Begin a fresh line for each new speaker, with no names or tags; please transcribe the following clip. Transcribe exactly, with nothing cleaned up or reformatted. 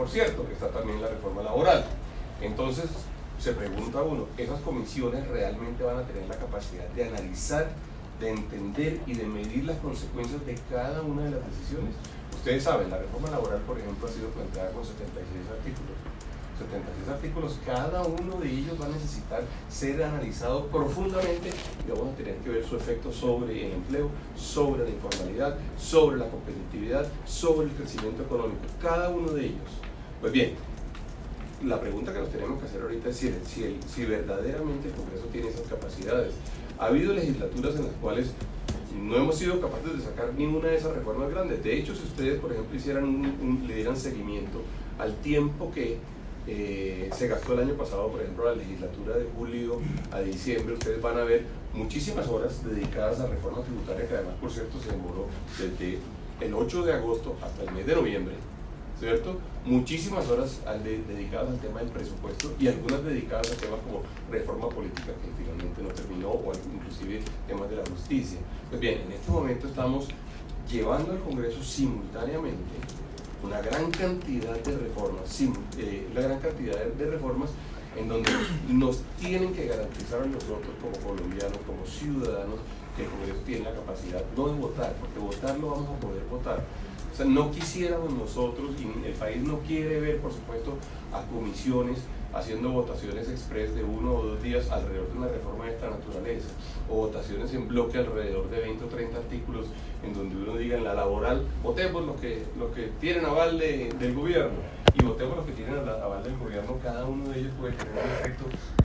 cierto, está también la reforma laboral. Entonces, se pregunta uno, ¿esas comisiones realmente van a tener la capacidad de analizar, de entender y de medir las consecuencias de cada una de las decisiones? Ustedes saben, la reforma laboral, por ejemplo, ha sido planteada con setenta y seis artículos. setenta y seis artículos, cada uno de ellos va a necesitar ser analizado profundamente y vamos a tener que ver su efecto sobre el empleo, sobre la informalidad, sobre la competitividad, sobre el crecimiento económico, cada uno de ellos. Pues bien, la pregunta que nos tenemos que hacer ahorita es si, si, el, si verdaderamente el Congreso tiene esas capacidades. Ha habido legislaturas en las cuales no hemos sido capaces de sacar ninguna de esas reformas grandes. De hecho, si ustedes, por ejemplo, hicieran un, un, le dieran seguimiento al tiempo que eh, se gastó el año pasado, por ejemplo, la legislatura de julio a diciembre, ustedes van a ver muchísimas horas dedicadas a reforma tributaria, que además, por cierto, se demoró desde el ocho de agosto hasta el mes de noviembre, ¿cierto? Muchísimas horas al de, dedicadas al tema del presupuesto y algunas dedicadas a temas como reforma política, que finalmente no terminó, o inclusive temas de la justicia. Pues bien, en este momento estamos llevando al Congreso simultáneamente una gran cantidad de reformas, sim, eh, una gran cantidad de, de reformas en donde nos tienen que garantizar a nosotros como colombianos, como ciudadanos, que el Congreso tiene la capacidad no de votar, porque votar lo vamos a poder votar. O sea, no quisiéramos nosotros, y el país no quiere ver, por supuesto, a comisiones haciendo votaciones express de uno o dos días alrededor de una reforma de esta naturaleza, o votaciones en bloque alrededor de veinte o treinta artículos, en donde uno diga en la laboral, votemos los que, los que tienen aval de, del gobierno, y votemos los que tienen aval del gobierno. Cada uno de ellos puede tener un efecto